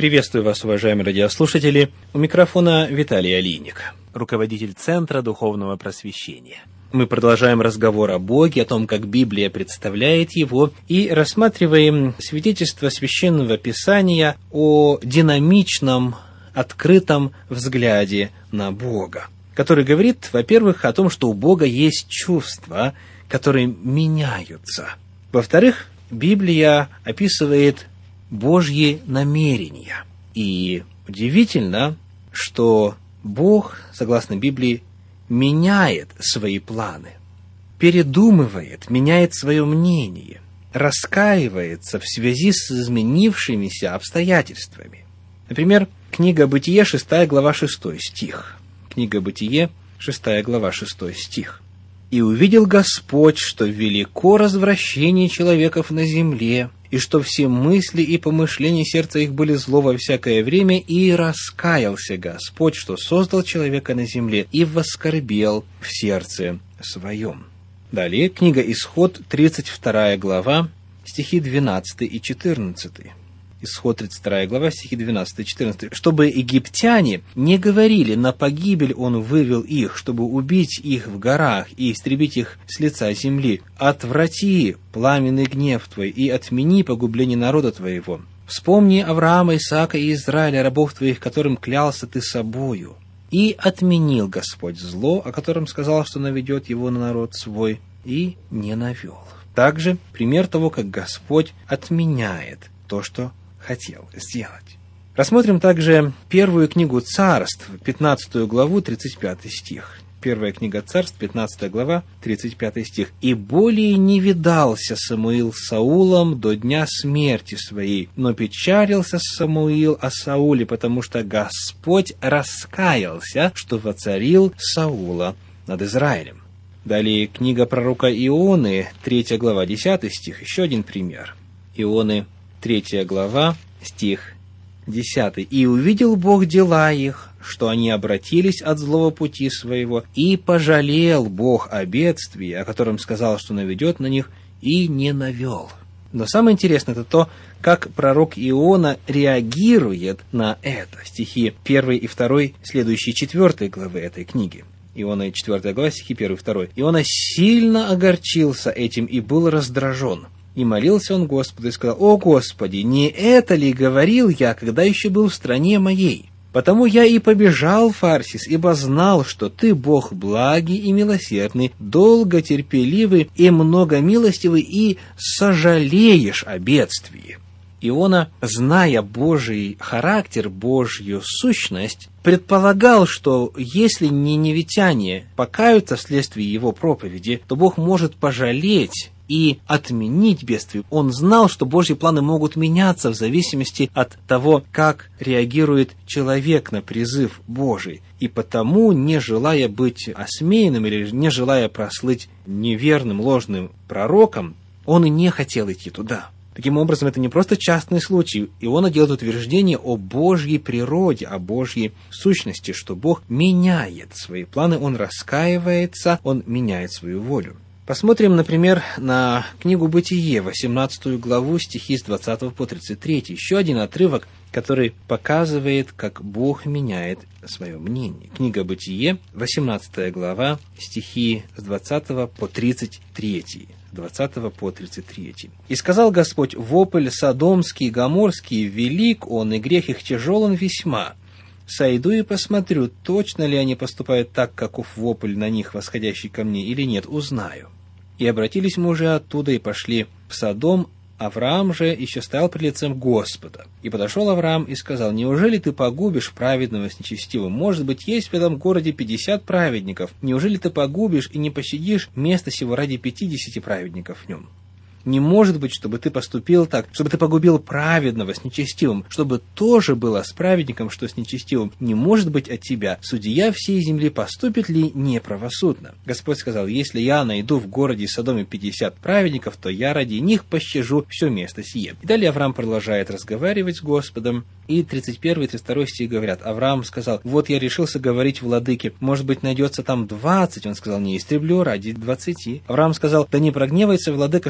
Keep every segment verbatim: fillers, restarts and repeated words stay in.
Приветствую вас, уважаемые радиослушатели. У микрофона Виталий Алиник, руководитель Центра Духовного Просвещения. Мы продолжаем разговор о Боге, о том, как Библия представляет Его, и рассматриваем свидетельство Священного Писания о динамичном, открытом взгляде на Бога, который говорит, во-первых, о том, что у Бога есть чувства, которые меняются. Во-вторых, Библия описывает Божьи намерения. И удивительно, что Бог, согласно Библии, меняет свои планы, передумывает, меняет свое мнение, раскаивается в связи с изменившимися обстоятельствами. Например, книга Бытие, шестая глава, шестой стих. Книга Бытие, шестая глава, шестой стих. «И увидел Господь, что велико развращение человеков на земле, и что все мысли и помышления сердца их были зло во всякое время, и раскаялся Господь, что создал человека на земле, и воскорбел в сердце своем». Далее, книга Исход, тридцать вторая глава, стихи двенадцатый и четырнадцатый. Исход, тридцать вторая глава, стихи двенадцатый и четырнадцатый. «Чтобы египтяне не говорили, на погибель он вывел их, чтобы убить их в горах и истребить их с лица земли. Отврати пламенный гнев твой и отмени погубление народа твоего. Вспомни Авраама, Исаака и Израиля, рабов твоих, которым клялся ты собою. И отменил Господь зло, о котором сказал, что наведет его на народ свой, и не навел». Также пример того, как Господь отменяет то, что хотел сделать. Рассмотрим также первую книгу Царств, пятнадцатую главу, тридцать пятый стих. Первая книга Царств, пятнадцатая глава, тридцать пятый стих. «И более не видался Самуил с Саулом до дня смерти своей, но печалился Самуил о Сауле, потому что Господь раскаялся, что воцарил Саула над Израилем». Далее книга пророка Ионы, третья глава, десятый стих. Еще один пример. Ионы, третья глава, стих десятый. «И увидел Бог дела их, что они обратились от злого пути своего, и пожалел Бог о бедствии, о котором сказал, что наведет на них, и не навел». Но самое интересное это то, как пророк Иона реагирует на это. Стихи первый и второй, следующие четвертой главы этой книги. Иона, четвёртая глава, стихи первый и второй. «Иона сильно огорчился этим и был раздражен. И молился он Господу, и сказал: «О Господи, не это ли говорил я, когда еще был в стране моей? Потому я и побежал в Фарсис, ибо знал, что ты Бог благий и милосердный, долготерпеливый и многомилостивый, и сожалеешь о бедствии». Иона, зная Божий характер, Божью сущность, предполагал, что если ниневитяне покаются вследствие его проповеди, то Бог может пожалеть и отменить бедствие. Он знал, что Божьи планы могут меняться в зависимости от того, как реагирует человек на призыв Божий. И потому, не желая быть осмеянным или не желая прослыть неверным, ложным пророком, он и не хотел идти туда. Таким образом, это не просто частный случай. Иона делает утверждение о Божьей природе, о Божьей сущности, что Бог меняет свои планы, Он раскаивается, Он меняет свою волю. Посмотрим, например, на книгу Бытие, восемнадцатую главу, стихи с двадцатого по тридцать третий. Еще один отрывок, который показывает, как Бог меняет свое мнение. Книга Бытие, восемнадцатая глава, стихи с двадцатого по тридцать третий. двадцатого по тридцать третий. «И сказал Господь: вопль содомский, гоморский, велик он, и грех их тяжел он весьма. Сойду и посмотрю, точно ли они поступают так, каков вопль на них, восходящий ко мне, или нет, узнаю. И обратились мужи оттуда и пошли в Содом. Авраам же еще стоял пред лицем Господа. И подошел Авраам и сказал: неужели ты погубишь праведного с нечестивым? Может быть, есть в этом городе пятьдесят праведников. Неужели ты погубишь и не пощадишь место сего ради пятидесяти праведников в нем? Не может быть, чтобы ты поступил так, чтобы ты погубил праведного с нечестивым, чтобы тоже было с праведником, что с нечестивым. Не может быть от тебя. Судья всей земли поступит ли неправосудно? Господь сказал: если я найду в городе Содоме пятьдесят праведников, то я ради них пощажу все место сие. И далее Авраам продолжает разговаривать с Господом. И тридцать первый и тридцать второй стих говорят: Авраам сказал: вот я решился говорить владыке, может быть, найдется там двадцать. Он сказал: не истреблю ради двадцати. Авраам сказал: да не прогневается владыка, что я скажу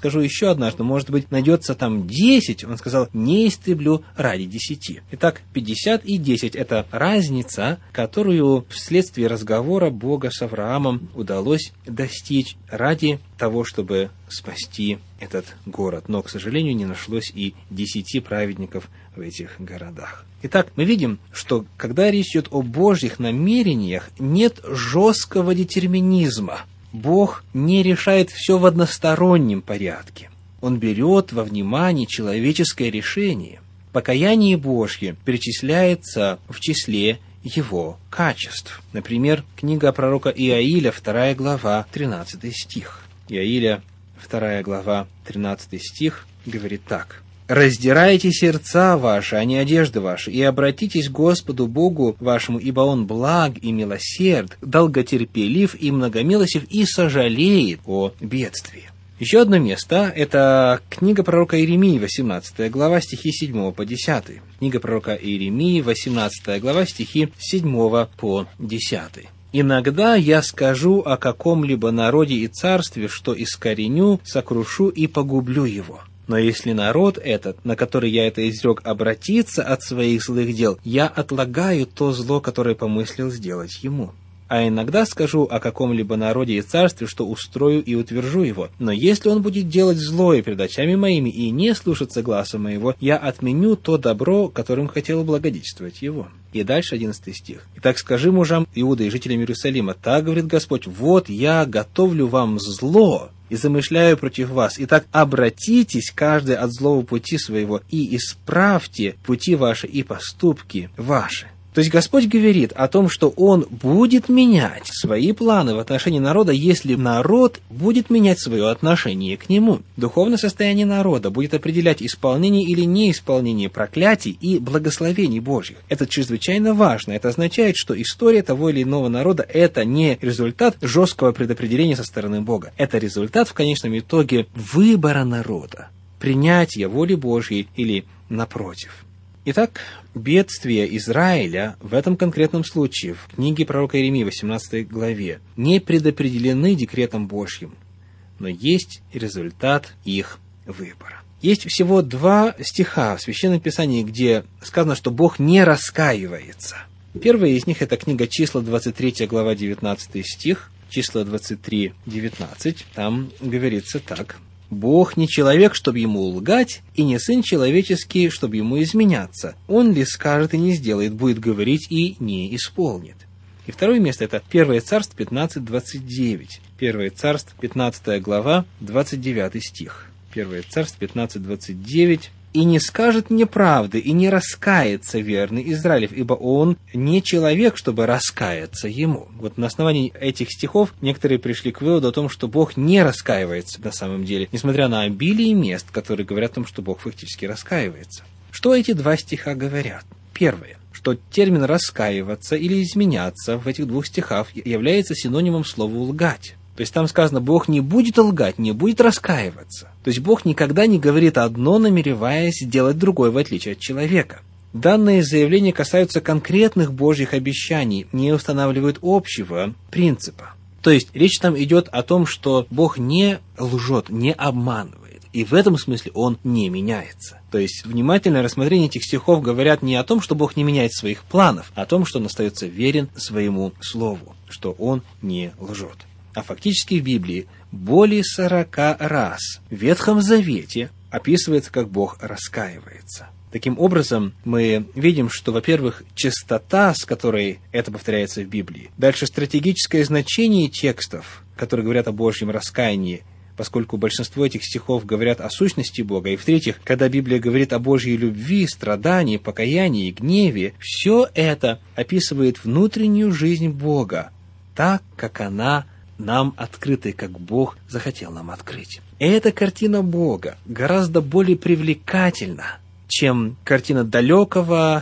скажу еще однажды, может быть, найдется там десять, он сказал, не истреблю ради десяти. Итак, пятьдесят и десять – это разница, которую вследствие разговора Бога с Авраамом удалось достичь ради того, чтобы спасти этот город. Но, к сожалению, не нашлось и десяти праведников в этих городах. Итак, мы видим, что когда речь идет о Божьих намерениях, нет жесткого детерминизма. Бог не решает все в одностороннем порядке. Он берет во внимание человеческое решение. Покаяние Божье перечисляется в числе его качеств. Например, книга пророка Иаиля, вторая глава, тринадцатый стих. Иаиля, вторая глава, тринадцатый стих, говорит так. «Раздирайте сердца ваши, а не одежды ваши, и обратитесь к Господу Богу вашему, ибо Он благ и милосерд, долготерпелив и многомилостив, и сожалеет о бедствии». Еще одно место – это книга пророка Иеремии, восемнадцатая глава, стихи с седьмого по десятый. Книга пророка Иеремии, восемнадцатая глава, стихи с седьмого по десятый. «Иногда я скажу о каком-либо народе и царстве, что искореню, сокрушу и погублю его. Но если народ этот, на который я это изрек, обратится от своих злых дел, я отлагаю то зло, которое помыслил сделать ему. А иногда скажу о каком-либо народе и царстве, что устрою и утвержу его. Но если он будет делать злое пред очами моими и не слушаться гласа моего, я отменю то добро, которым хотел благодетельствовать его». И дальше одиннадцатый стих. «Итак скажи мужам Иуды и жителям Иерусалима, так говорит Господь, вот я готовлю вам зло и замышляю против вас. Итак, обратитесь каждый от злого пути своего и исправьте пути ваши и поступки ваши». То есть Господь говорит о том, что Он будет менять свои планы в отношении народа, если народ будет менять свое отношение к Нему. Духовное состояние народа будет определять исполнение или неисполнение проклятий и благословений Божьих. Это чрезвычайно важно. Это означает, что история того или иного народа – это не результат жесткого предопределения со стороны Бога. Это результат в конечном итоге выбора народа, принятия воли Божьей или напротив. Итак, бедствия Израиля в этом конкретном случае, в книге пророка Иеремии, восемнадцатой главе, не предопределены декретом Божьим, но есть результат их выбора. Есть всего два стиха в Священном Писании, где сказано, что Бог не раскаивается. Первый из них – это книга Числа, двадцать третья глава, девятнадцатый стих, Числа двадцать три, девятнадцать, там говорится так. «Бог не человек, чтобы ему лгать, и не сын человеческий, чтобы ему изменяться. Он ли скажет и не сделает, будет говорить и не исполнит». И второе место – это первое Царств пятнадцать, двадцать девять. первое Царств, пятнадцатая глава, двадцать девятый стих. первое Царств пятнадцать, двадцать девять. «И не скажет неправды, и не раскается верный Израилев, ибо он не человек, чтобы раскаяться ему». Вот на основании этих стихов некоторые пришли к выводу о том, что Бог не раскаивается на самом деле, несмотря на обилие мест, которые говорят о том, что Бог фактически раскаивается. Что эти два стиха говорят? Первое, что термин «раскаиваться» или «изменяться» в этих двух стихах является синонимом слова «лгать». То есть там сказано, Бог не будет лгать, не будет раскаиваться. То есть Бог никогда не говорит одно, намереваясь сделать другое, в отличие от человека. Данные заявления касаются конкретных Божьих обещаний, не устанавливают общего принципа. То есть речь там идет о том, что Бог не лжет, не обманывает. И в этом смысле Он не меняется. То есть внимательное рассмотрение этих стихов говорят не о том, что Бог не меняет своих планов, а о том, что Он остается верен своему слову, что Он не лжет. А фактически в Библии более сорока раз в Ветхом Завете описывается, как Бог раскаивается. Таким образом, мы видим, что, во-первых, частота, с которой это повторяется в Библии, дальше стратегическое значение текстов, которые говорят о Божьем раскаянии, поскольку большинство этих стихов говорят о сущности Бога, и, в-третьих, когда Библия говорит о Божьей любви, страдании, покаянии, гневе, все это описывает внутреннюю жизнь Бога, так, как она нам открыты, как Бог захотел нам открыть. Эта картина Бога гораздо более привлекательна, чем картина далекого,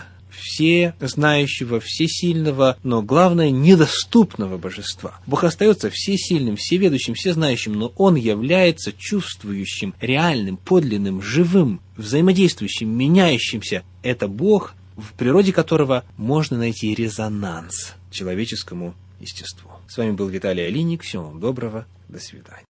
всезнающего, всесильного, но, главное, недоступного божества. Бог остается всесильным, всеведущим, всезнающим, но Он является чувствующим, реальным, подлинным, живым, взаимодействующим, меняющимся. Это Бог, в природе которого можно найти резонанс человеческому естеству. С вами был Виталий Алиник. Всего вам доброго. До свидания.